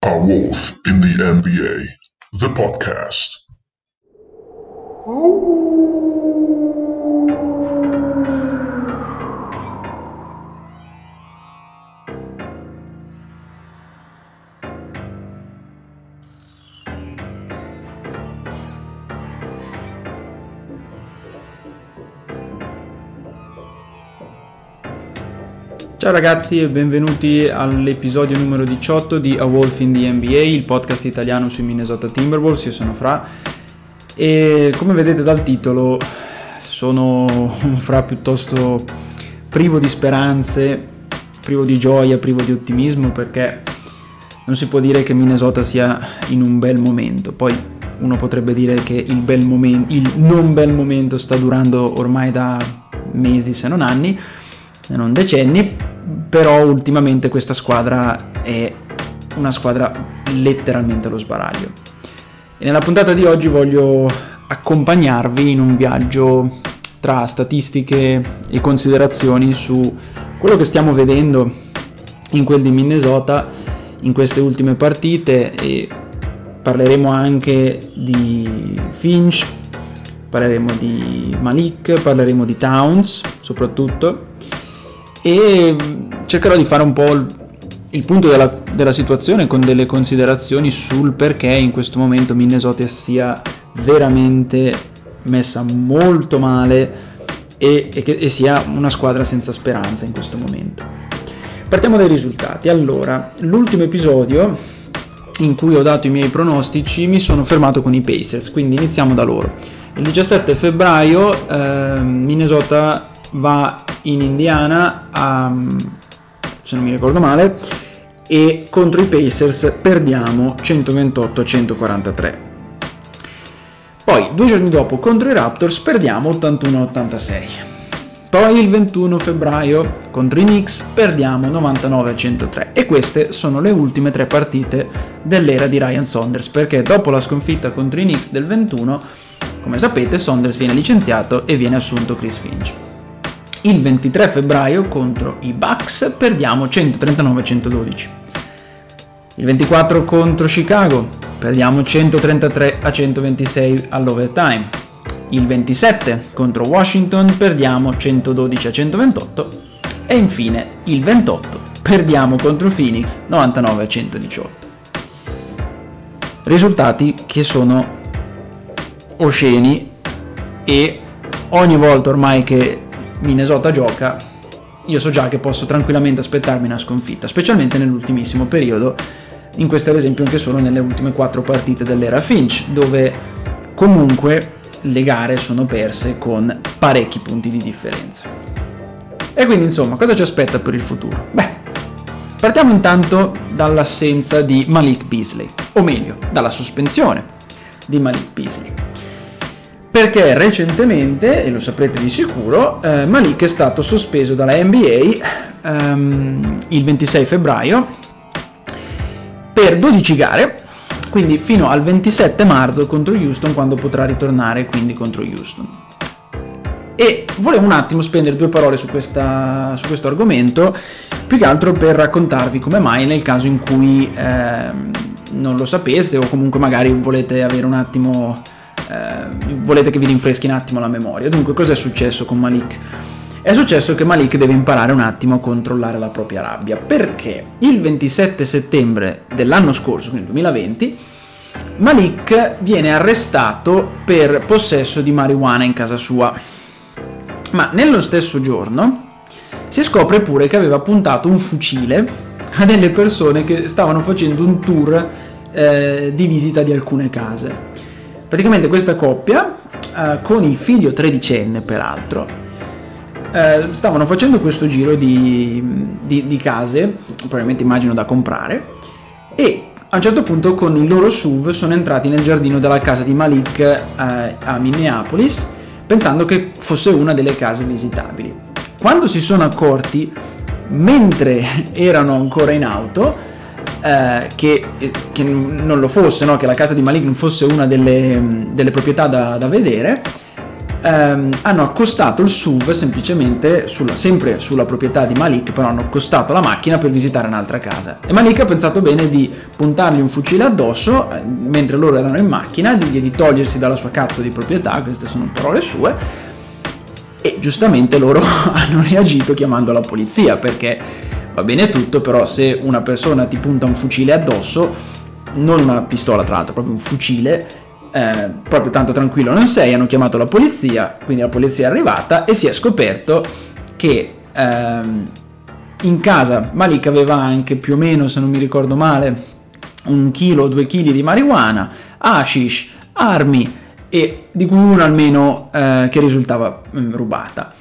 A Wolf in the NBA, the podcast. Ciao ragazzi e benvenuti all'episodio numero 18 di A Wolf in the NBA, il podcast italiano sui Minnesota Timberwolves. Io sono Fra e come vedete dal titolo sono un Fra piuttosto privo di speranze, privo di gioia, privo di ottimismo, perché non si può dire che Minnesota sia in un bel momento. Poi uno potrebbe dire che il non bel momento sta durando ormai da mesi se non anni, se non decenni, però ultimamente questa squadra è una squadra letteralmente allo sbaraglio. E nella puntata di oggi voglio accompagnarvi in un viaggio tra statistiche e considerazioni su quello che stiamo vedendo in quel di Minnesota in queste ultime partite, e parleremo anche di Finch, parleremo di Malik, parleremo di Towns soprattutto, e cercherò di fare un po' il punto della situazione con delle considerazioni sul perché in questo momento Minnesota sia veramente messa molto male e sia una squadra senza speranza in questo momento. Partiamo dai risultati. Allora, l'ultimo episodio in cui ho dato i miei pronostici mi sono fermato con i Pacers, quindi iniziamo da loro. Il 17 febbraio Minnesota va in Indiana se non mi ricordo male, e contro i Pacers perdiamo 128-143. Poi 2 giorni dopo contro i Raptors perdiamo 81-86. Poi il 21 febbraio contro i Knicks perdiamo 99-103. E queste sono le ultime 3 partite dell'era di Ryan Saunders, perché dopo la sconfitta contro i Knicks del 21, come sapete, Saunders viene licenziato e viene assunto Chris Finch. Il 23 febbraio contro i Bucks perdiamo 139-112. Il 24 contro Chicago perdiamo 133-126 all'overtime. Il 27 contro Washington perdiamo 112-128. E infine il 28 perdiamo contro Phoenix 99-118. Risultati che sono osceni, e ogni volta ormai che Minnesota gioca io so già che posso tranquillamente aspettarmi una sconfitta, specialmente nell'ultimissimo periodo, in queste ad esempio che sono nelle ultime 4 partite dell'era Finch, dove comunque le gare sono perse con parecchi punti di differenza. E quindi insomma, cosa ci aspetta per il futuro? Partiamo intanto dall'assenza di Malik Beasley, o meglio, dalla sospensione di Malik Beasley. Perché recentemente, e lo saprete di sicuro, Malik è stato sospeso dalla NBA il 26 febbraio per 12 gare, quindi fino al 27 marzo contro Houston, quando potrà ritornare quindi contro Houston. E volevo un attimo spendere 2 parole su questo argomento, più che altro per raccontarvi come mai, nel caso in cui non lo sapeste, o comunque magari volete avere un attimo... volete che vi rinfreschi un attimo la memoria. Dunque, cosa è successo con Malik? È successo che Malik deve imparare un attimo a controllare la propria rabbia, perché il 27 settembre dell'anno scorso, quindi 2020, Malik viene arrestato per possesso di marijuana in casa sua, ma nello stesso giorno si scopre pure che aveva puntato un fucile a delle persone che stavano facendo un tour di visita di alcune case. Praticamente questa coppia, con il figlio tredicenne peraltro, stavano facendo questo giro di case, probabilmente immagino da comprare, e a un certo punto con il loro SUV sono entrati nel giardino della casa di Malik a Minneapolis, pensando che fosse una delle case visitabili. Quando si sono accorti, mentre erano ancora in auto, che non lo fosse, no? Che la casa di Malik non fosse una delle proprietà da vedere, hanno accostato il SUV semplicemente sempre sulla proprietà di Malik, però hanno accostato la macchina per visitare un'altra casa, e Malik ha pensato bene di puntargli un fucile addosso mentre loro erano in macchina, di togliersi dalla sua cazzo di proprietà, queste sono parole sue, e giustamente loro hanno reagito chiamando la polizia, perché va bene tutto, però se una persona ti punta un fucile addosso, non una pistola tra l'altro, proprio un fucile, proprio tanto tranquillo non sei, hanno chiamato la polizia, quindi la polizia è arrivata e si è scoperto che in casa Malik aveva anche più o meno, se non mi ricordo male, 1 chilo o 2 chili di marijuana, hashish, armi, e di cui una almeno che risultava rubata.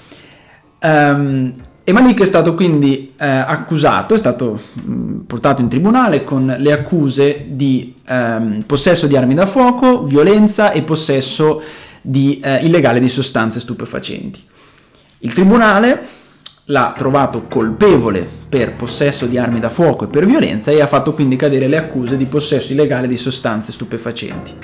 E Malik è stato quindi accusato, è stato portato in tribunale con le accuse di possesso di armi da fuoco, violenza e possesso illegale di sostanze stupefacenti. Il tribunale l'ha trovato colpevole per possesso di armi da fuoco e per violenza, e ha fatto quindi cadere le accuse di possesso illegale di sostanze stupefacenti.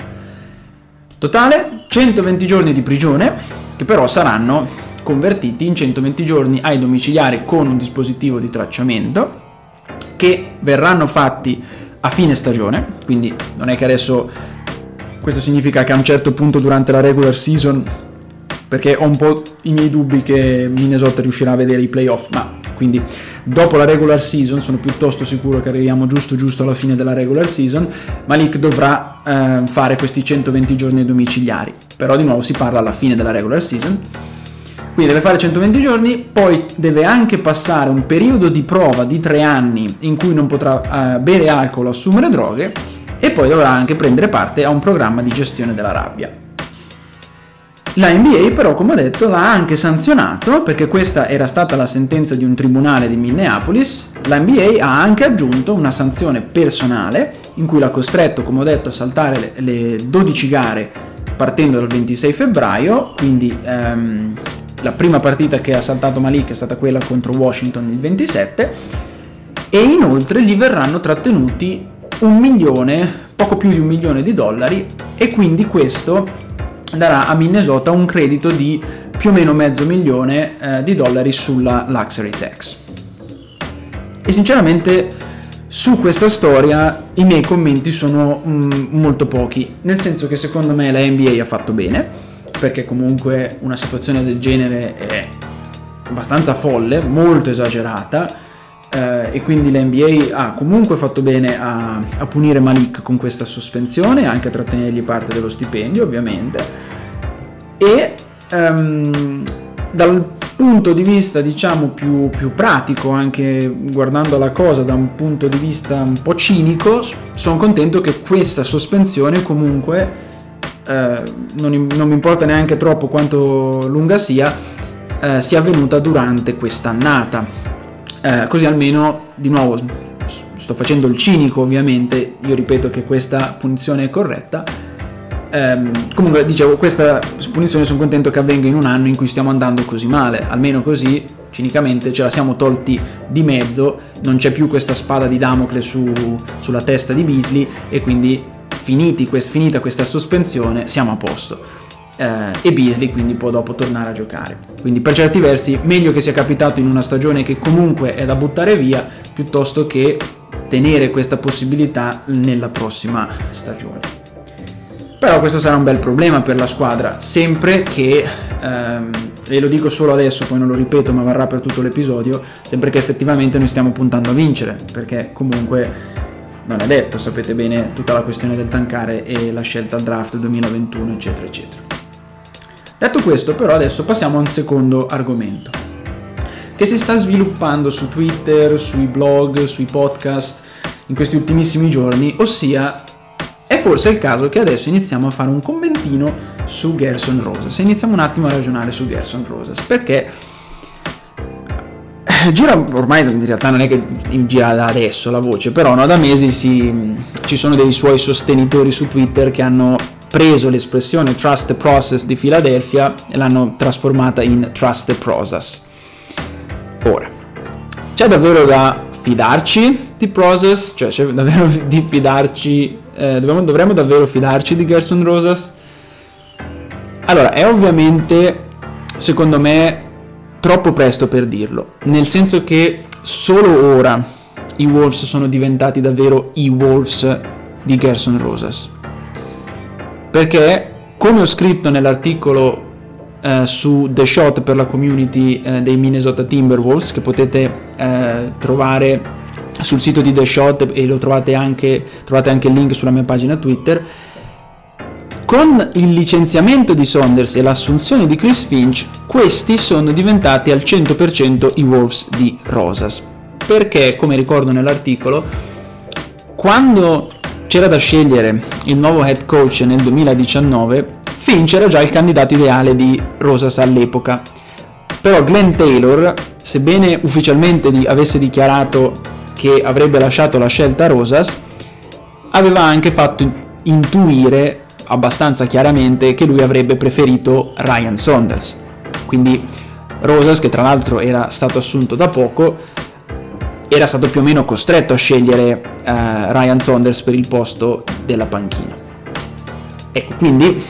Totale 120 giorni di prigione, che però saranno convertiti in 120 giorni ai domiciliari con un dispositivo di tracciamento, che verranno fatti a fine stagione, quindi non è che adesso questo significa che a un certo punto durante la regular season, perché ho un po' i miei dubbi che Minnesota riuscirà a vedere i playoff, ma quindi dopo la regular season sono piuttosto sicuro che arriviamo giusto alla fine della regular season, Malik dovrà fare questi 120 giorni domiciliari, però di nuovo si parla alla fine della regular season. Quindi deve fare 120 giorni, poi deve anche passare un periodo di prova di 3 anni in cui non potrà bere alcol o assumere droghe, e poi dovrà anche prendere parte a un programma di gestione della rabbia. La NBA però, come ho detto, l'ha anche sanzionato, perché questa era stata la sentenza di un tribunale di Minneapolis. La NBA ha anche aggiunto una sanzione personale in cui l'ha costretto, come ho detto, a saltare le 12 gare partendo dal 26 febbraio, quindi la prima partita che ha saltato Malik è stata quella contro Washington il 27, e inoltre gli verranno trattenuti poco più di $1 milione, e quindi questo darà a Minnesota un credito di più o meno $500,000 sulla luxury tax. E sinceramente su questa storia i miei commenti sono molto pochi, nel senso che secondo me la NBA ha fatto bene, perché comunque una situazione del genere è abbastanza folle, molto esagerata, e quindi la NBA ha comunque fatto bene a punire Malik con questa sospensione, anche a trattenergli parte dello stipendio ovviamente, e dal punto di vista diciamo più pratico, anche guardando la cosa da un punto di vista un po' cinico, sono contento che questa sospensione comunque non mi importa neanche troppo quanto lunga sia avvenuta durante quest'annata, così almeno, di nuovo sto facendo il cinico ovviamente, io ripeto che questa punizione è corretta, comunque dicevo, questa punizione sono contento che avvenga in un anno in cui stiamo andando così male, almeno così cinicamente ce la siamo tolti di mezzo, non c'è più questa spada di Damocle sulla testa di Beasley, e quindi finita questa sospensione siamo a posto, e Beasley quindi può dopo tornare a giocare. Quindi per certi versi meglio che sia capitato in una stagione che comunque è da buttare via, piuttosto che tenere questa possibilità nella prossima stagione. Però questo sarà un bel problema per la squadra, sempre che, e lo dico solo adesso, poi non lo ripeto ma varrà per tutto l'episodio, sempre che effettivamente noi stiamo puntando a vincere, perché comunque non è detto, sapete bene tutta la questione del tankare e la scelta al draft 2021 eccetera eccetera. Detto questo, però, adesso passiamo a un secondo argomento che si sta sviluppando su Twitter, sui blog, sui podcast in questi ultimissimi giorni, ossia è forse il caso che adesso iniziamo a fare un commentino su Gerson Rosas, e iniziamo un attimo a ragionare su Gerson Rosas, perché gira ormai, in realtà non è che gira da adesso la voce, però no, da mesi ci sono dei suoi sostenitori su Twitter che hanno preso l'espressione trust the process di Philadelphia e l'hanno trasformata in trust the process. Ora, c'è davvero da fidarci di process? Cioè c'è davvero di fidarci, dovremmo davvero fidarci di Gerson Rosas? Allora, è ovviamente, secondo me, troppo presto per dirlo, nel senso che solo ora i Wolves sono diventati davvero i Wolves di Gerson Rosas. Perché, come ho scritto nell'articolo su The Shot per la community dei Minnesota Timberwolves, che potete trovare sul sito di The Shot, e trovate anche il link sulla mia pagina Twitter, con il licenziamento di Saunders e l'assunzione di Chris Finch, questi sono diventati al 100% i Wolves di Rosas. Perché, come ricordo nell'articolo, quando c'era da scegliere il nuovo head coach nel 2019, Finch era già il candidato ideale di Rosas all'epoca. Però Glenn Taylor, sebbene ufficialmente avesse dichiarato che avrebbe lasciato la scelta a Rosas, aveva anche fatto intuire abbastanza chiaramente che lui avrebbe preferito Ryan Saunders. Quindi Rosas, che tra l'altro era stato assunto da poco, era stato più o meno costretto a scegliere Ryan Saunders per il posto della panchina. Ecco, quindi,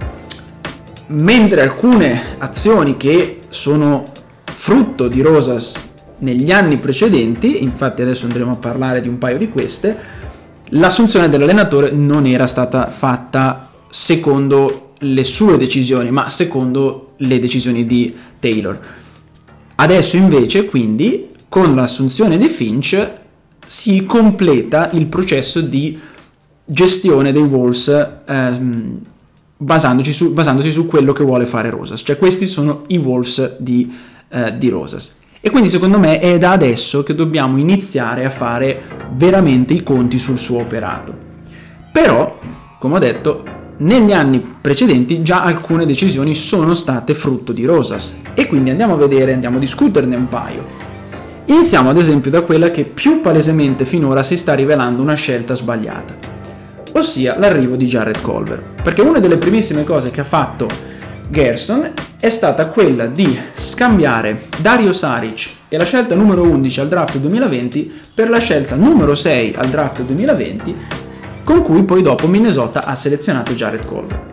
mentre alcune azioni che sono frutto di Rosas negli anni precedenti, infatti adesso andremo a parlare di un paio di queste, l'assunzione dell'allenatore non era stata fatta secondo le sue decisioni, ma secondo le decisioni di Taylor. Adesso invece, quindi, con l'assunzione di Finch si completa il processo di gestione dei Wolves basandosi su quello che vuole fare Rosas. Cioè, questi sono i Wolves di Rosas. E quindi secondo me è da adesso che dobbiamo iniziare a fare veramente i conti sul suo operato. Però, come ho detto, negli anni precedenti già alcune decisioni sono state frutto di Rosas, e quindi andiamo a discuterne un paio. Iniziamo ad esempio da quella che più palesemente finora si sta rivelando una scelta sbagliata, ossia l'arrivo di Jarrett Culver. Perché una delle primissime cose che ha fatto Gerson è stata quella di scambiare Dario Saric e la scelta numero 11 al draft 2020 per la scelta numero 6 al draft 2020, con cui poi dopo Minnesota ha selezionato Jarrett Culver.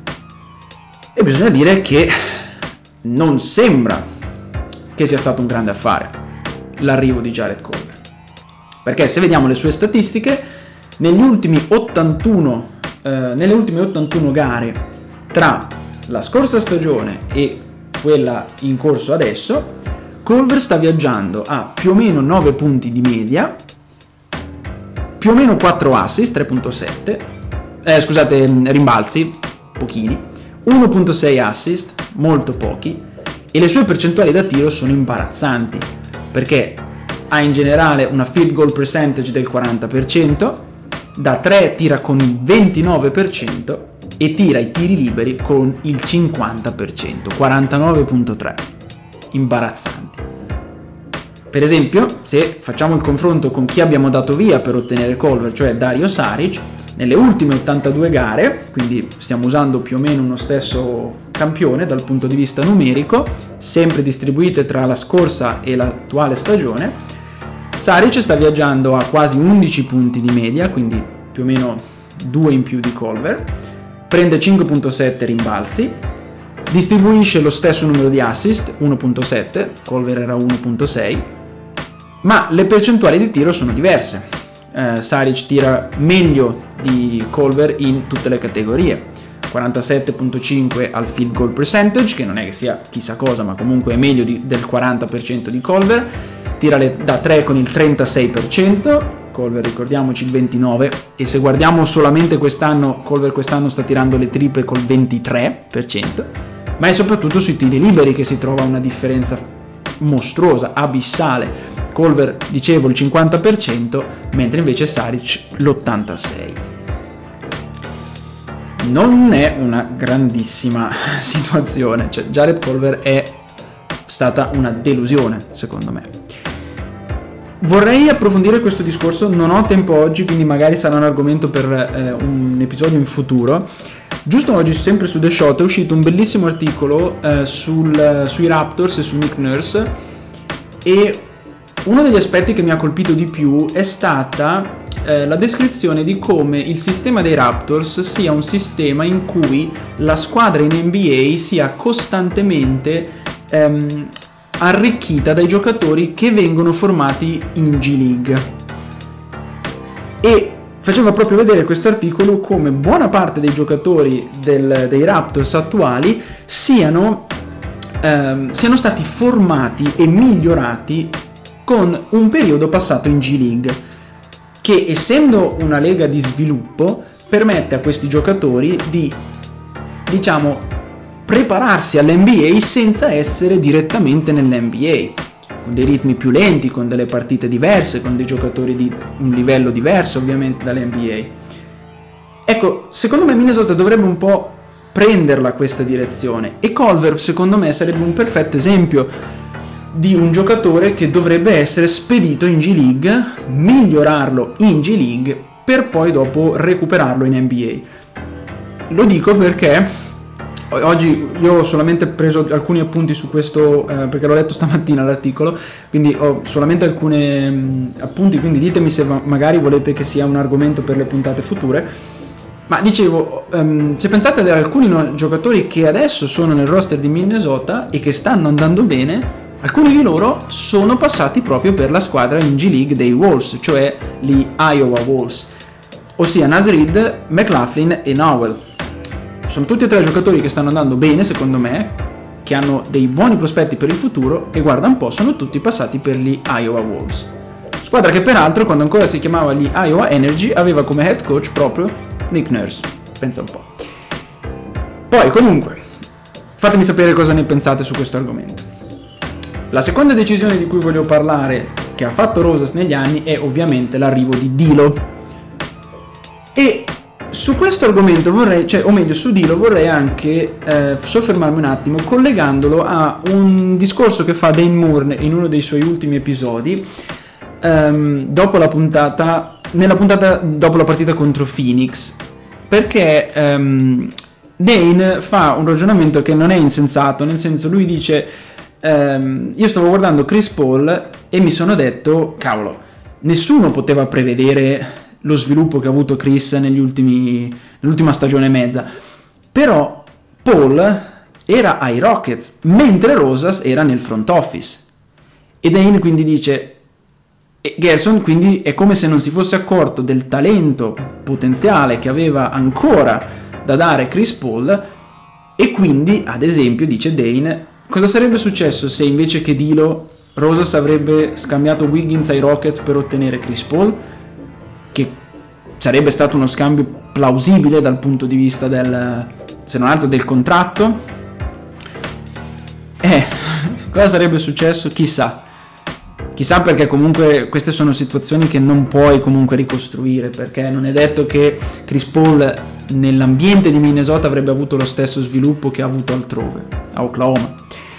E bisogna dire che non sembra che sia stato un grande affare l'arrivo di Jarrett Culver, perché se vediamo le sue statistiche, nelle ultime 81 gare tra la scorsa stagione e quella in corso adesso, Culver sta viaggiando a più o meno 9 punti di media, più o meno 4 assist, 3.7, rimbalzi, pochini, 1.6 assist, molto pochi, e le sue percentuali da tiro sono imbarazzanti, perché ha in generale una field goal percentage del 40%, da 3 tira con il 29% e tira i tiri liberi con il 50%, 49.3, imbarazzanti. Per esempio, se facciamo il confronto con chi abbiamo dato via per ottenere Culver, cioè Dario Saric, nelle ultime 82 gare, quindi stiamo usando più o meno uno stesso campione dal punto di vista numerico, sempre distribuite tra la scorsa e l'attuale stagione, Saric sta viaggiando a quasi 11 punti di media, quindi più o meno 2 in più di Culver, prende 5.7 rimbalzi, distribuisce lo stesso numero di assist, 1.7, Culver era 1.6, ma le percentuali di tiro sono diverse. Saric tira meglio di Culver in tutte le categorie, 47.5 al field goal percentage, che non è che sia chissà cosa, ma comunque è meglio del 40% di Culver, tira da 3 con il 36%, Culver ricordiamoci il 29%, e se guardiamo solamente quest'anno, Culver quest'anno sta tirando le triple col 23%, ma è soprattutto sui tiri liberi che si trova una differenza mostruosa, abissale. Culver, dicevo, il 50%, mentre invece Saric l'86%. Non è una grandissima situazione, cioè Jarrett Culver è stata una delusione, secondo me. Vorrei approfondire questo discorso, non ho tempo oggi, quindi magari sarà un argomento per un episodio in futuro. Giusto oggi, sempre su The Shot, è uscito un bellissimo articolo sui Raptors e su Nick Nurse, e uno degli aspetti che mi ha colpito di più è stata la descrizione di come il sistema dei Raptors sia un sistema in cui la squadra in NBA sia costantemente arricchita dai giocatori che vengono formati in G League. E faceva proprio vedere questo articolo come buona parte dei giocatori dei Raptors attuali siano stati formati e migliorati con un periodo passato in G League, che essendo una lega di sviluppo permette a questi giocatori di, diciamo, prepararsi all'NBA senza essere direttamente nell'NBA, con dei ritmi più lenti, con delle partite diverse, con dei giocatori di un livello diverso ovviamente dall'NBA. Ecco, secondo me Minnesota dovrebbe un po' prenderla questa direzione, e Culver secondo me sarebbe un perfetto esempio di un giocatore che dovrebbe essere spedito in G League, migliorarlo in G League per poi dopo recuperarlo in NBA. Lo dico perché oggi io ho solamente preso alcuni appunti su questo, perché l'ho letto stamattina l'articolo, quindi ho solamente alcuni appunti, quindi ditemi se magari volete che sia un argomento per le puntate future. Ma dicevo, se pensate ad alcuni giocatori che adesso sono nel roster di Minnesota e che stanno andando bene, alcuni di loro sono passati proprio per la squadra in G League dei Wolves, cioè gli Iowa Wolves, ossia Naz Reid, McLaughlin e Nowell. Sono tutti e tre giocatori che stanno andando bene secondo me, che hanno dei buoni prospetti per il futuro, e guarda un po', sono tutti passati per gli Iowa Wolves, squadra che peraltro quando ancora si chiamava gli Iowa Energy aveva come head coach proprio Nick Nurse. Pensa un po'. Poi comunque fatemi sapere cosa ne pensate su questo argomento. La seconda decisione di cui voglio parlare, che ha fatto Rosas negli anni, è ovviamente l'arrivo di D'Lo. E su questo argomento su D'Lo vorrei anche soffermarmi un attimo, collegandolo a un discorso che fa Dane Moore in uno dei suoi ultimi episodi, dopo la puntata dopo la partita contro Phoenix, perché Dane fa un ragionamento che non è insensato, nel senso, lui dice: io stavo guardando Chris Paul e mi sono detto, cavolo, nessuno poteva prevedere lo sviluppo che ha avuto Chris nell'ultima stagione e mezza, però Paul era ai Rockets mentre Rosas era nel front office. E Dane quindi dice, Gerson quindi è come se non si fosse accorto del talento potenziale che aveva ancora da dare Chris Paul, e quindi, ad esempio, dice Dane, cosa sarebbe successo se invece che D'Lo Rosas avrebbe scambiato Wiggins ai Rockets per ottenere Chris Paul, che sarebbe stato uno scambio plausibile dal punto di vista se non altro del contratto. Cosa sarebbe successo? Chissà, perché comunque queste sono situazioni che non puoi comunque ricostruire, perché non è detto che Chris Paul nell'ambiente di Minnesota avrebbe avuto lo stesso sviluppo che ha avuto altrove, a Oklahoma.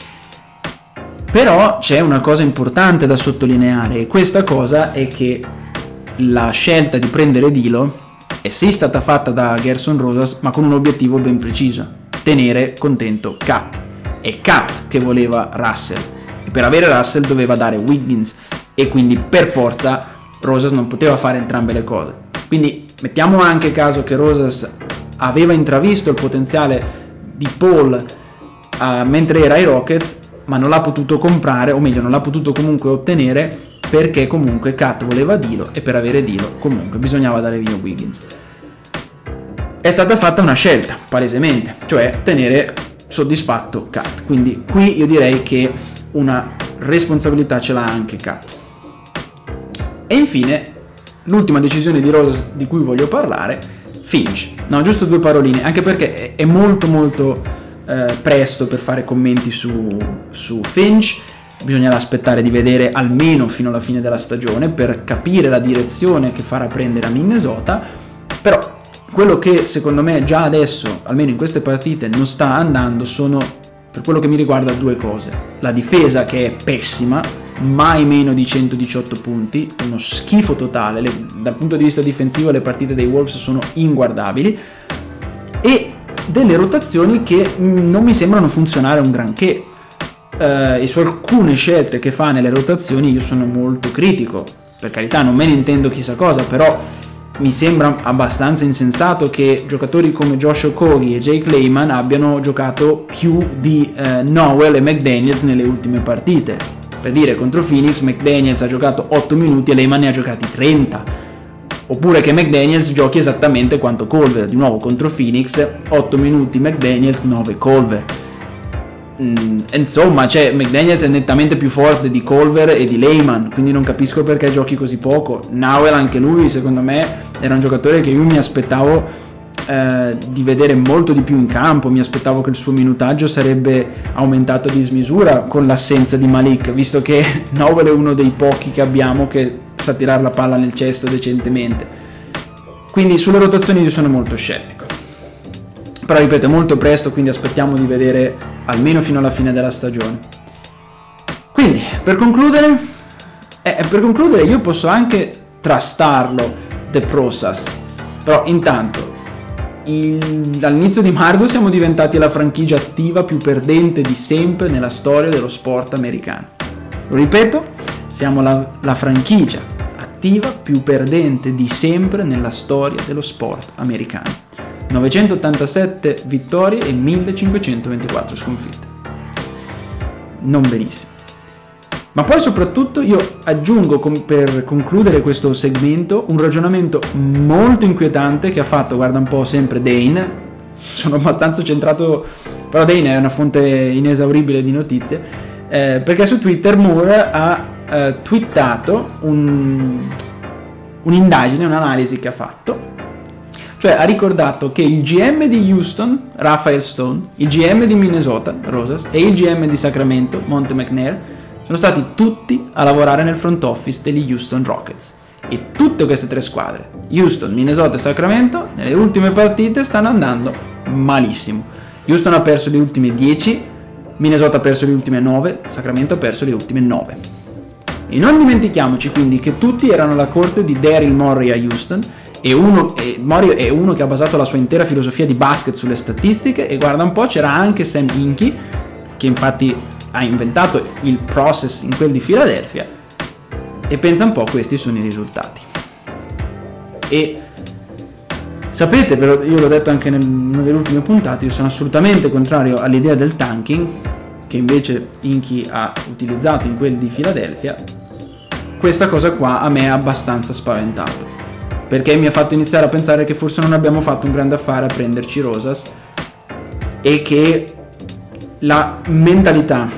Però c'è una cosa importante da sottolineare, e questa cosa è che la scelta di prendere D'Lo è sì stata fatta da Gerson Rosas, ma con un obiettivo ben preciso: tenere contento Cat. È Cat che voleva Russell, e per avere Russell doveva dare Wiggins, e quindi per forza Rosas non poteva fare entrambe le cose. Quindi mettiamo anche caso che Rosas aveva intravisto il potenziale di Paul mentre era ai Rockets, ma non l'ha potuto comprare, o meglio non l'ha potuto comunque ottenere, perché comunque Cat voleva D'Lo, e per avere D'Lo comunque bisognava dare via Wiggins. È stata fatta una scelta palesemente, cioè tenere soddisfatto Cat. Quindi qui io direi che una responsabilità ce l'ha anche Cat. E infine l'ultima decisione di Rosas di cui voglio parlare, Finch. No, giusto due paroline, anche perché è molto molto presto per fare commenti su Finch. Bisognerà aspettare di vedere almeno fino alla fine della stagione per capire la direzione che farà prendere a Minnesota. Però quello che secondo me già adesso, almeno in queste partite, non sta andando sono, per quello che mi riguarda, due cose: la difesa, che è pessima, mai meno di 118 punti, uno schifo totale, dal punto di vista difensivo le partite dei Wolves sono inguardabili, e delle rotazioni che non mi sembrano funzionare un granché. E su alcune scelte che fa nelle rotazioni io sono molto critico. per carità non me ne intendo chissà cosa, però mi sembra abbastanza insensato che giocatori come Josh Okogie e Jake Layman abbiano giocato più di Nowell e McDaniels nelle ultime partite. Per dire, contro Phoenix McDaniels ha giocato 8 minuti e Layman ne ha giocati 30, oppure che McDaniels giochi esattamente quanto Culver. Di nuovo contro Phoenix 8 minuti McDaniels, 9 Culver. Insomma, McDaniels è nettamente più forte di Culver e di Layman, quindi non capisco perché giochi così poco. Nowell, anche lui, secondo me era un giocatore che io mi aspettavo di vedere molto di più in campo. Mi aspettavo che il suo minutaggio sarebbe aumentato a dismisura con l'assenza di Malik, visto che Nowell è uno dei pochi che abbiamo che sa tirare la palla nel cesto decentemente. Quindi sulle rotazioni io sono molto scettico, però ripeto, è molto presto, quindi aspettiamo di vedere almeno fino alla fine della stagione. Quindi per concludere io posso anche trastarlo The Process, però intanto all'inizio di marzo siamo diventati la franchigia attiva più perdente di sempre nella storia dello sport americano. Lo ripeto, siamo la franchigia attiva più perdente di sempre nella storia dello sport americano. 987 vittorie e 1524 sconfitte. Non benissimo. Ma poi soprattutto io aggiungo, per concludere questo segmento, un ragionamento molto inquietante che ha fatto, guarda un po', sempre Dane. Sono abbastanza centrato, però Dane è una fonte inesauribile di notizie, perché su Twitter Moore ha twittato un'indagine, un'analisi che ha fatto. Cioè ha ricordato che il GM di Houston, Raphael Stone, il GM di Minnesota, Rosas, e il GM di Sacramento, Monte McNair, sono stati tutti a lavorare nel front office degli Houston Rockets. E tutte queste tre squadre, Houston, Minnesota e Sacramento, nelle ultime partite stanno andando malissimo. Houston ha perso le ultime 10, Minnesota ha perso le ultime 9, Sacramento ha perso le ultime 9. E non dimentichiamoci quindi che tutti erano alla corte di Daryl Morey a Houston, e Morey è uno che ha basato la sua intera filosofia di basket sulle statistiche, e guarda un po', c'era anche Sam Hinkie, che infatti ha inventato il process in quel di Philadelphia, e pensa un po', questi sono i risultati. E sapete, io l'ho detto anche in una delle ultime puntate, io sono assolutamente contrario all'idea del tanking, che invece Hinkie ha utilizzato in quel di Philadelphia. Questa cosa qua a me ha abbastanza spaventato, perché mi ha fatto iniziare a pensare che forse non abbiamo fatto un grande affare a prenderci Rosas, e che la mentalità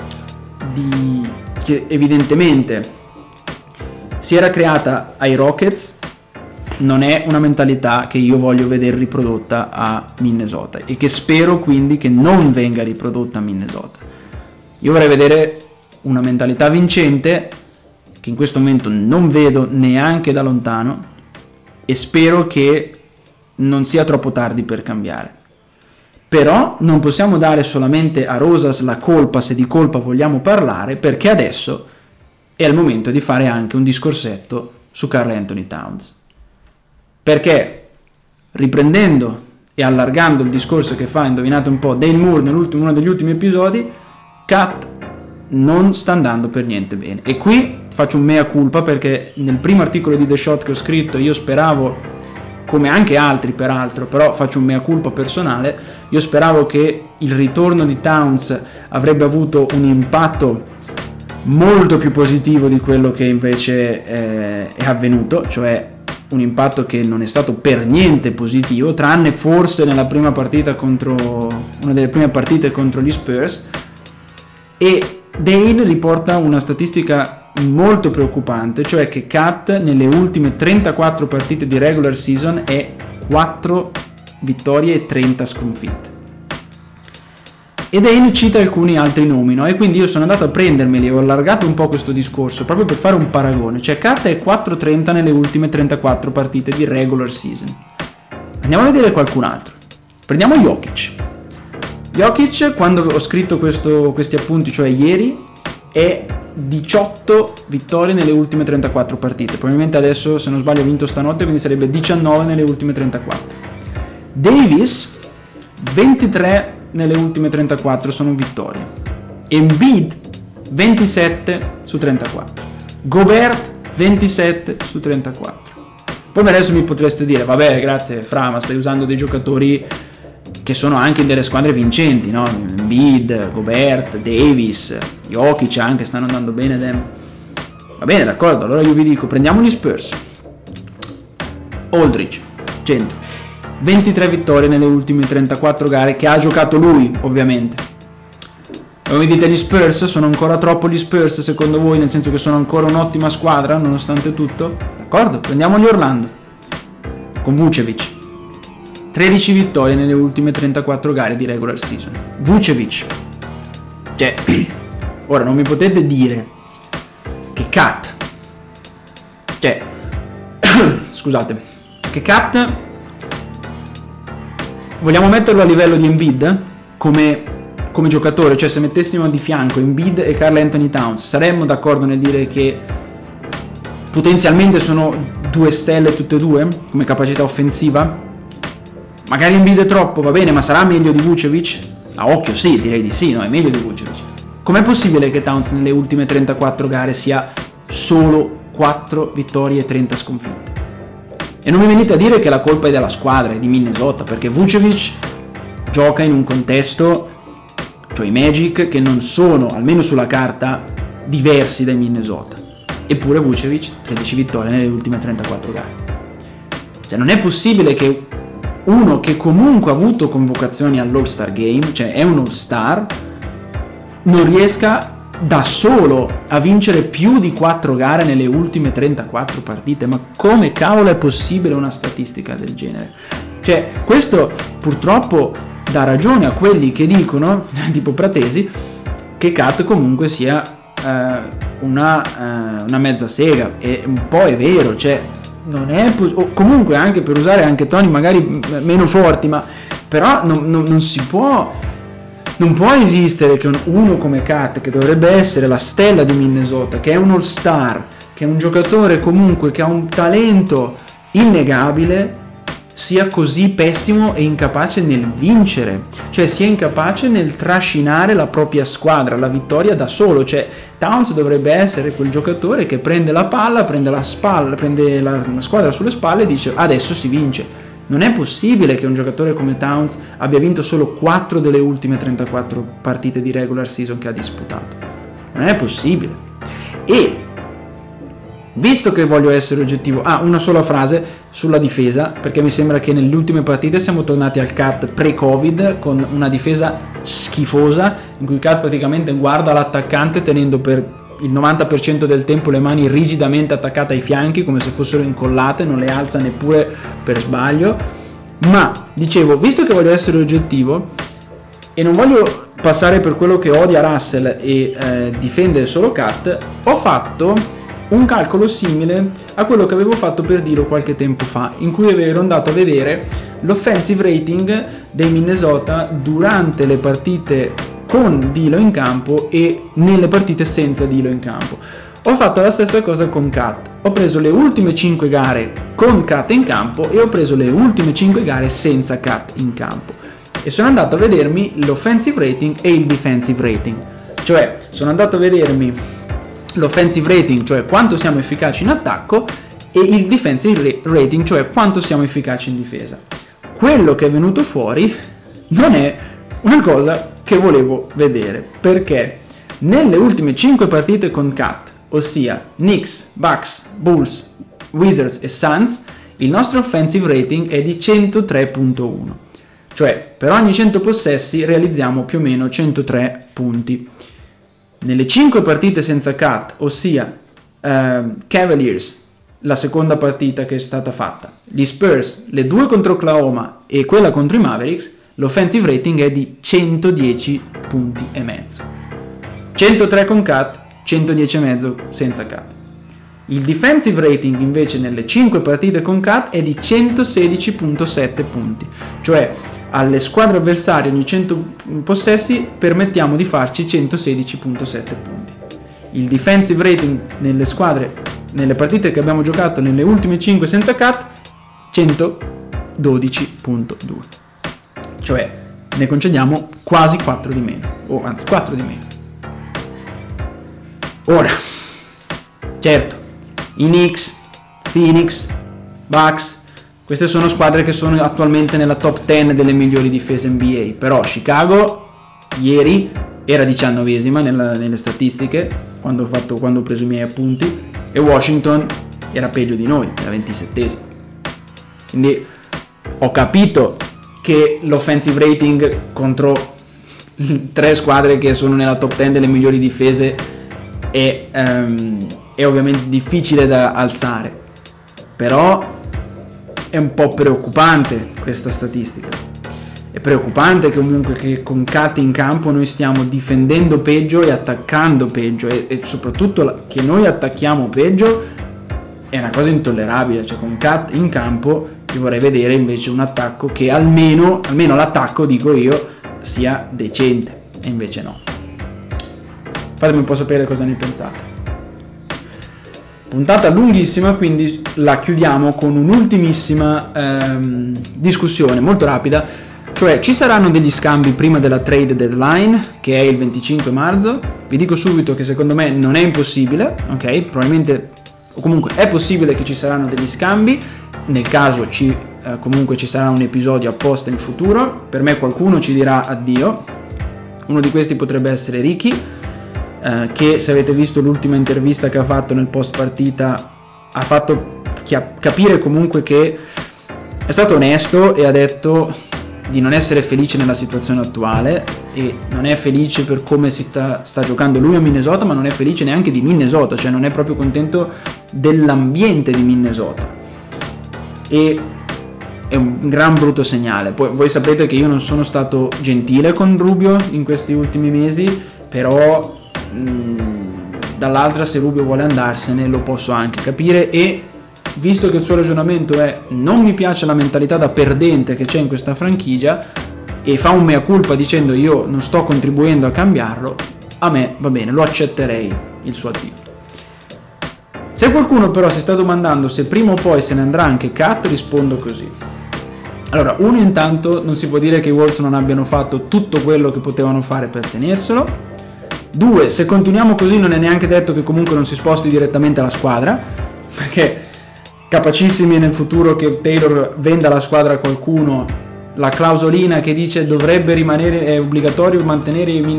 che evidentemente si era creata ai Rockets non è una mentalità che io voglio vedere riprodotta a Minnesota, e che spero quindi che non venga riprodotta a Minnesota. Io vorrei vedere una mentalità vincente, che in questo momento non vedo neanche da lontano, e spero che non sia troppo tardi per cambiare. Però non possiamo dare solamente a Rosas la colpa, se di colpa vogliamo parlare, perché adesso è il momento di fare anche un discorsetto su Karl Anthony Towns. Perché, riprendendo e allargando il discorso che fa, indovinate un po', Dane Moore uno degli ultimi episodi, Cat non sta andando per niente bene. E qui faccio un mea culpa, perché nel primo articolo di The Shot che ho scritto io speravo, come anche altri peraltro, però faccio un mea culpa personale, io speravo che il ritorno di Towns avrebbe avuto un impatto molto più positivo di quello che invece è avvenuto, cioè un impatto che non è stato per niente positivo, tranne forse nella prima partita una delle prime partite contro gli Spurs. E Dane riporta una statistica molto preoccupante, cioè che Cat nelle ultime 34 partite di regular season è 4 vittorie e 30 sconfitte. E Dane cita alcuni altri nomi, no? E quindi io sono andato a prendermeli e ho allargato un po' questo discorso proprio per fare un paragone. Cioè Cat è 4-30 nelle ultime 34 partite di regular season. Andiamo a vedere qualcun altro. Prendiamo Jokic, quando ho scritto questi appunti, cioè ieri, è 18 vittorie nelle ultime 34 partite. Probabilmente adesso, se non sbaglio, ha vinto stanotte, quindi sarebbe 19 nelle ultime 34. Davis, 23 nelle ultime 34 sono vittorie. Embiid, 27 su 34. Gobert, 27 su 34. Poi adesso mi potreste dire, vabbè, grazie Fra, ma stai usando dei giocatori che sono anche delle squadre vincenti, no? Embiid, Gobert, Davis, Jokic anche stanno andando bene. Va bene, d'accordo, allora io vi dico, prendiamo gli Spurs. Aldridge, 100. 23 vittorie nelle ultime 34 gare che ha giocato lui, ovviamente. E voi dite, gli Spurs sono ancora troppo gli Spurs secondo voi, nel senso che sono ancora un'ottima squadra nonostante tutto? D'accordo, prendiamo gli Orlando con Vucevic. 13 vittorie nelle ultime 34 gare di regular season. Vucevic, cioè, ora non mi potete dire che Cat, cioè, scusate, che Cat vogliamo metterlo a livello di Embiid come giocatore, cioè se mettessimo di fianco Embiid e Karl Anthony Towns saremmo d'accordo nel dire che potenzialmente sono due stelle tutte e due come capacità offensiva? Magari Embiid è troppo, va bene, ma sarà meglio di Vucevic? A occhio sì, direi di sì, no, è meglio di Vucevic. Com'è possibile che Towns nelle ultime 34 gare sia solo 4 vittorie e 30 sconfitte? E non mi venite a dire che la colpa è della squadra, è di Minnesota, perché Vucevic gioca in un contesto, cioè i Magic, che non sono, almeno sulla carta, diversi dai Minnesota. Eppure Vucevic 13 vittorie nelle ultime 34 gare. Cioè non è possibile che uno che comunque ha avuto convocazioni all'All-Star Game, cioè è un All-Star, non riesca da solo a vincere più di 4 gare nelle ultime 34 partite. Ma come cavolo è possibile una statistica del genere? Cioè questo purtroppo dà ragione a quelli che dicono, tipo Pratesi, che Cat comunque sia una mezza sega, e un po' è vero, cioè non è o comunque, anche per usare anche toni magari meno forti, ma però non si può, non può esistere che uno come Cat, che dovrebbe essere la stella di Minnesota, che è un all-star, che è un giocatore comunque che ha un talento innegabile, sia così pessimo e incapace nel vincere, cioè sia incapace nel trascinare la propria squadra alla vittoria da solo. Cioè Towns dovrebbe essere quel giocatore che prende la palla, prende la squadra sulle spalle e dice adesso si vince. Non è possibile che un giocatore come Towns abbia vinto solo 4 delle ultime 34 partite di regular season che ha disputato. Non è possibile. E visto che voglio essere oggettivo, una sola frase sulla difesa, perché mi sembra che nelle ultime partite siamo tornati al Cat pre-Covid con una difesa schifosa, in cui Cat praticamente guarda l'attaccante tenendo per il 90% del tempo le mani rigidamente attaccate ai fianchi come se fossero incollate, non le alza neppure per sbaglio. Ma dicevo, visto che voglio essere oggettivo e non voglio passare per quello che odia Russell e difende solo Cat, ho fatto un calcolo simile a quello che avevo fatto per Dilo qualche tempo fa, in cui ero andato a vedere l'offensive rating dei Minnesota durante le partite con Dilo in campo e nelle partite senza Dilo in campo. Ho fatto la stessa cosa con Cat, ho preso le ultime 5 gare con Cat in campo e ho preso le ultime 5 gare senza Cat in campo, e sono andato a vedermi l'offensive rating e il defensive rating. Cioè sono andato a vedermi l'offensive rating, cioè quanto siamo efficaci in attacco, e il defensive rating, cioè quanto siamo efficaci in difesa. Quello che è venuto fuori non è una cosa che volevo vedere, perché nelle ultime 5 partite con Cat, ossia Knicks, Bucks, Bulls, Wizards e Suns, il nostro offensive rating è di 103.1, cioè per ogni 100 possessi realizziamo più o meno 103 punti. Nelle 5 partite senza Cat, ossia Cavaliers, la seconda partita che è stata fatta, gli Spurs, le 2 contro Oklahoma e quella contro i Mavericks, l'offensive rating è di 110 punti e mezzo. 103 con Cat, 110 e mezzo senza Cat. Il defensive rating invece nelle 5 partite con Cat è di 116.7 punti, cioè alle squadre avversarie ogni 100 possessi permettiamo di farci 116.7 punti. Il defensive rating nelle squadre, nelle partite che abbiamo giocato nelle ultime 5 senza Cat, 112.2, cioè ne concediamo quasi 4 di meno, o anzi 4 di meno. Ora, certo, i Knicks, Phoenix, Bucks, queste sono squadre che sono attualmente nella top 10 delle migliori difese NBA, però Chicago ieri era 19esima nelle statistiche quando ho preso i miei appunti, e Washington era peggio di noi, era 27esima. Quindi ho capito che l'offensive rating contro 3 squadre che sono nella top 10 delle migliori difese è ovviamente difficile da alzare, però è un po' preoccupante questa statistica. È preoccupante comunque che con Cat in campo noi stiamo difendendo peggio e attaccando peggio, e soprattutto che noi attacchiamo peggio è una cosa intollerabile. Cioè, con Cat in campo io vorrei vedere invece un attacco che almeno l'attacco, dico io, sia decente, e invece no. Fatemi un po' sapere cosa ne pensate. Puntata lunghissima, quindi la chiudiamo con un'ultimissima discussione molto rapida, cioè ci saranno degli scambi prima della trade deadline, che è il 25 marzo. Vi dico subito che secondo me non è impossibile, ok? Probabilmente, o comunque è possibile che ci saranno degli scambi, nel caso comunque ci sarà un episodio apposta in futuro. Per me qualcuno ci dirà addio, uno di questi potrebbe essere Ricky, che se avete visto l'ultima intervista che ha fatto nel post partita ha fatto capire comunque che è stato onesto e ha detto di non essere felice nella situazione attuale, e non è felice per come si sta giocando lui a Minnesota, ma non è felice neanche di Minnesota, cioè non è proprio contento dell'ambiente di Minnesota, e è un gran brutto segnale. Poi voi sapete che io non sono stato gentile con Rubio in questi ultimi mesi, però dall'altra, se Rubio vuole andarsene lo posso anche capire, e visto che il suo ragionamento è non mi piace la mentalità da perdente che c'è in questa franchigia, e fa un mea culpa dicendo io non sto contribuendo a cambiarlo, a me va bene, lo accetterei il suo addio. Se qualcuno però si sta domandando se prima o poi se ne andrà anche Cat, rispondo così. Allora, uno, intanto non si può dire che i Wolves non abbiano fatto tutto quello che potevano fare per tenerselo. 2, se continuiamo così non è neanche detto che comunque non si sposti direttamente alla squadra, perché capacissimi nel futuro che Taylor venda la squadra a qualcuno, la clausolina che dice dovrebbe rimanere, è obbligatorio mantenere i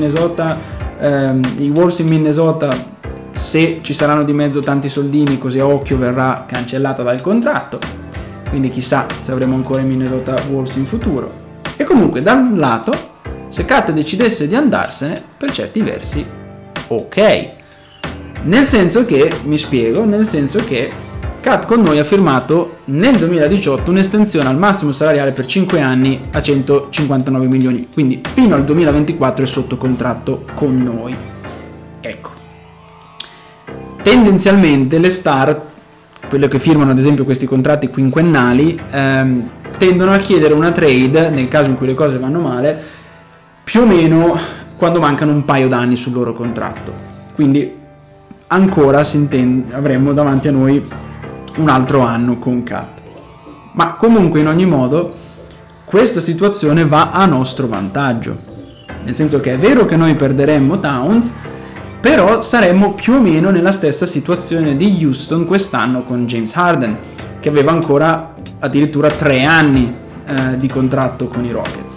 Wolves in Minnesota se ci saranno di mezzo tanti soldini, così a occhio verrà cancellata dal contratto, quindi chissà se avremo ancora i Minnesota Wolves in futuro. E comunque da un lato, se Cat decidesse di andarsene, per certi versi ok, nel senso che, mi spiego, nel senso che Cat con noi ha firmato nel 2018 un'estensione al massimo salariale per 5 anni a 159 milioni, quindi fino al 2024 è sotto contratto con noi. Ecco, tendenzialmente le star, quelle che firmano ad esempio questi contratti quinquennali, tendono a chiedere una trade nel caso in cui le cose vanno male, più o meno quando mancano un paio d'anni sul loro contratto, quindi ancora avremmo davanti a noi un altro anno con Cat. Ma comunque in ogni modo questa situazione va a nostro vantaggio, nel senso che è vero che noi perderemmo Towns, però saremmo più o meno nella stessa situazione di Houston quest'anno con James Harden, che aveva ancora addirittura 3 anni di contratto con i Rockets.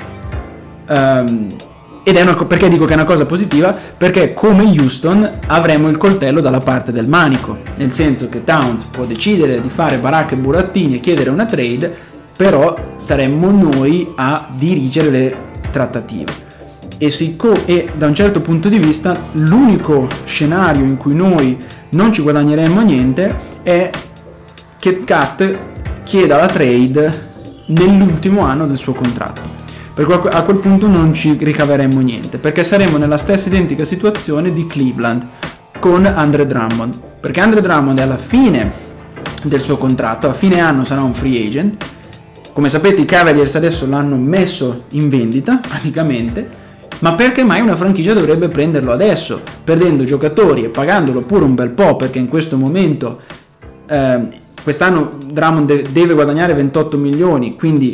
Ed perché dico che è una cosa positiva? Perché come Houston avremo il coltello dalla parte del manico, nel senso che Towns può decidere di fare baracca e burattini e chiedere una trade, però saremmo noi a dirigere le trattative. E da un certo punto di vista l'unico scenario in cui noi non ci guadagneremmo niente è che Cat chieda la trade nell'ultimo anno del suo contratto, perché a quel punto non ci ricaveremmo niente, perché saremo nella stessa identica situazione di Cleveland con Andre Drummond, perché Andre Drummond è alla fine del suo contratto, a fine anno sarà un free agent. Come sapete i Cavaliers adesso l'hanno messo in vendita praticamente, ma perché mai una franchigia dovrebbe prenderlo adesso, perdendo giocatori e pagandolo pure un bel po', perché in questo momento quest'anno Drummond deve guadagnare 28 milioni, quindi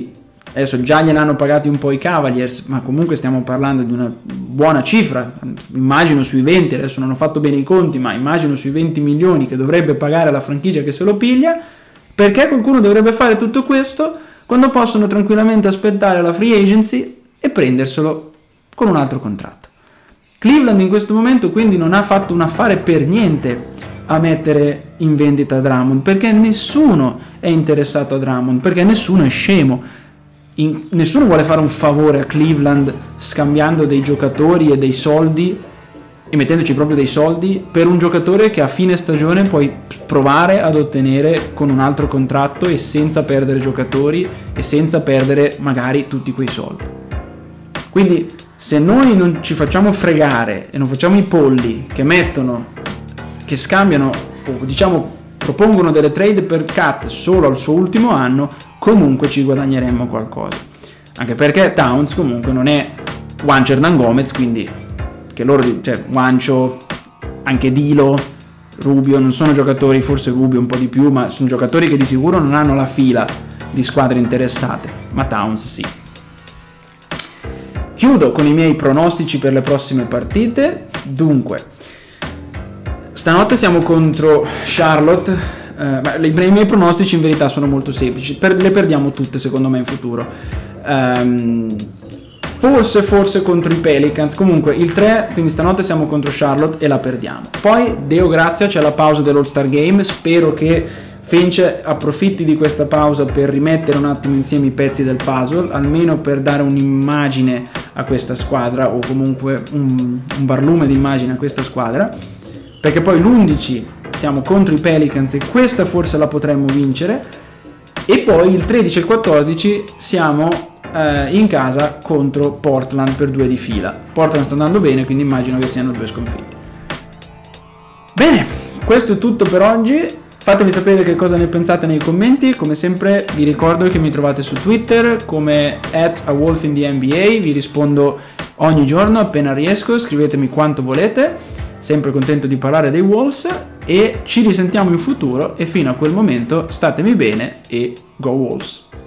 Adesso già gliene hanno pagati un po' i Cavaliers, ma comunque stiamo parlando di una buona cifra, immagino sui 20, adesso non ho fatto bene i conti, ma immagino sui 20 milioni che dovrebbe pagare la franchigia che se lo piglia. Perché qualcuno dovrebbe fare tutto questo quando possono tranquillamente aspettare la free agency e prenderselo con un altro contratto? Cleveland in questo momento quindi non ha fatto un affare per niente a mettere in vendita Drummond, perché nessuno è interessato a Drummond, perché nessuno è scemo. Nessuno vuole fare un favore a Cleveland scambiando dei giocatori e dei soldi e mettendoci proprio dei soldi per un giocatore che a fine stagione puoi provare ad ottenere con un altro contratto e senza perdere giocatori e senza perdere magari tutti quei soldi. Quindi se noi non ci facciamo fregare e non facciamo i polli che scambiano o diciamo propongono delle trade per Cat solo al suo ultimo anno, comunque ci guadagneremmo qualcosa, anche perché Towns comunque non è Juancho Hernangomez, quindi che loro, cioè Juancho, anche Dilo, Rubio non sono giocatori, forse Rubio un po' di più, ma sono giocatori che di sicuro non hanno la fila di squadre interessate, ma Towns sì. Chiudo con i miei pronostici per le prossime partite. Dunque, stanotte siamo contro Charlotte. I miei pronostici in verità sono molto semplici, le perdiamo tutte secondo me in futuro. Forse contro i Pelicans, comunque il 3, quindi stanotte siamo contro Charlotte e la perdiamo. Poi Deo grazia c'è la pausa dell'All-Star Game, spero che Finch approfitti di questa pausa per rimettere un attimo insieme i pezzi del puzzle, almeno per dare un'immagine a questa squadra o comunque un barlume di immagine a questa squadra, perché poi l'11 siamo contro i Pelicans e questa forse la potremmo vincere, e poi il 13 e il 14 siamo in casa contro Portland per 2 di fila. Portland sta andando bene, quindi immagino che siano 2 sconfitte. Bene, questo è tutto per oggi. Fatemi sapere che cosa ne pensate nei commenti. Come sempre vi ricordo che mi trovate su Twitter come @awolfinthenba, vi rispondo ogni giorno appena riesco, scrivetemi quanto volete, sempre contento di parlare dei Wolves, e ci risentiamo in futuro, e fino a quel momento statemi bene e go Wolves!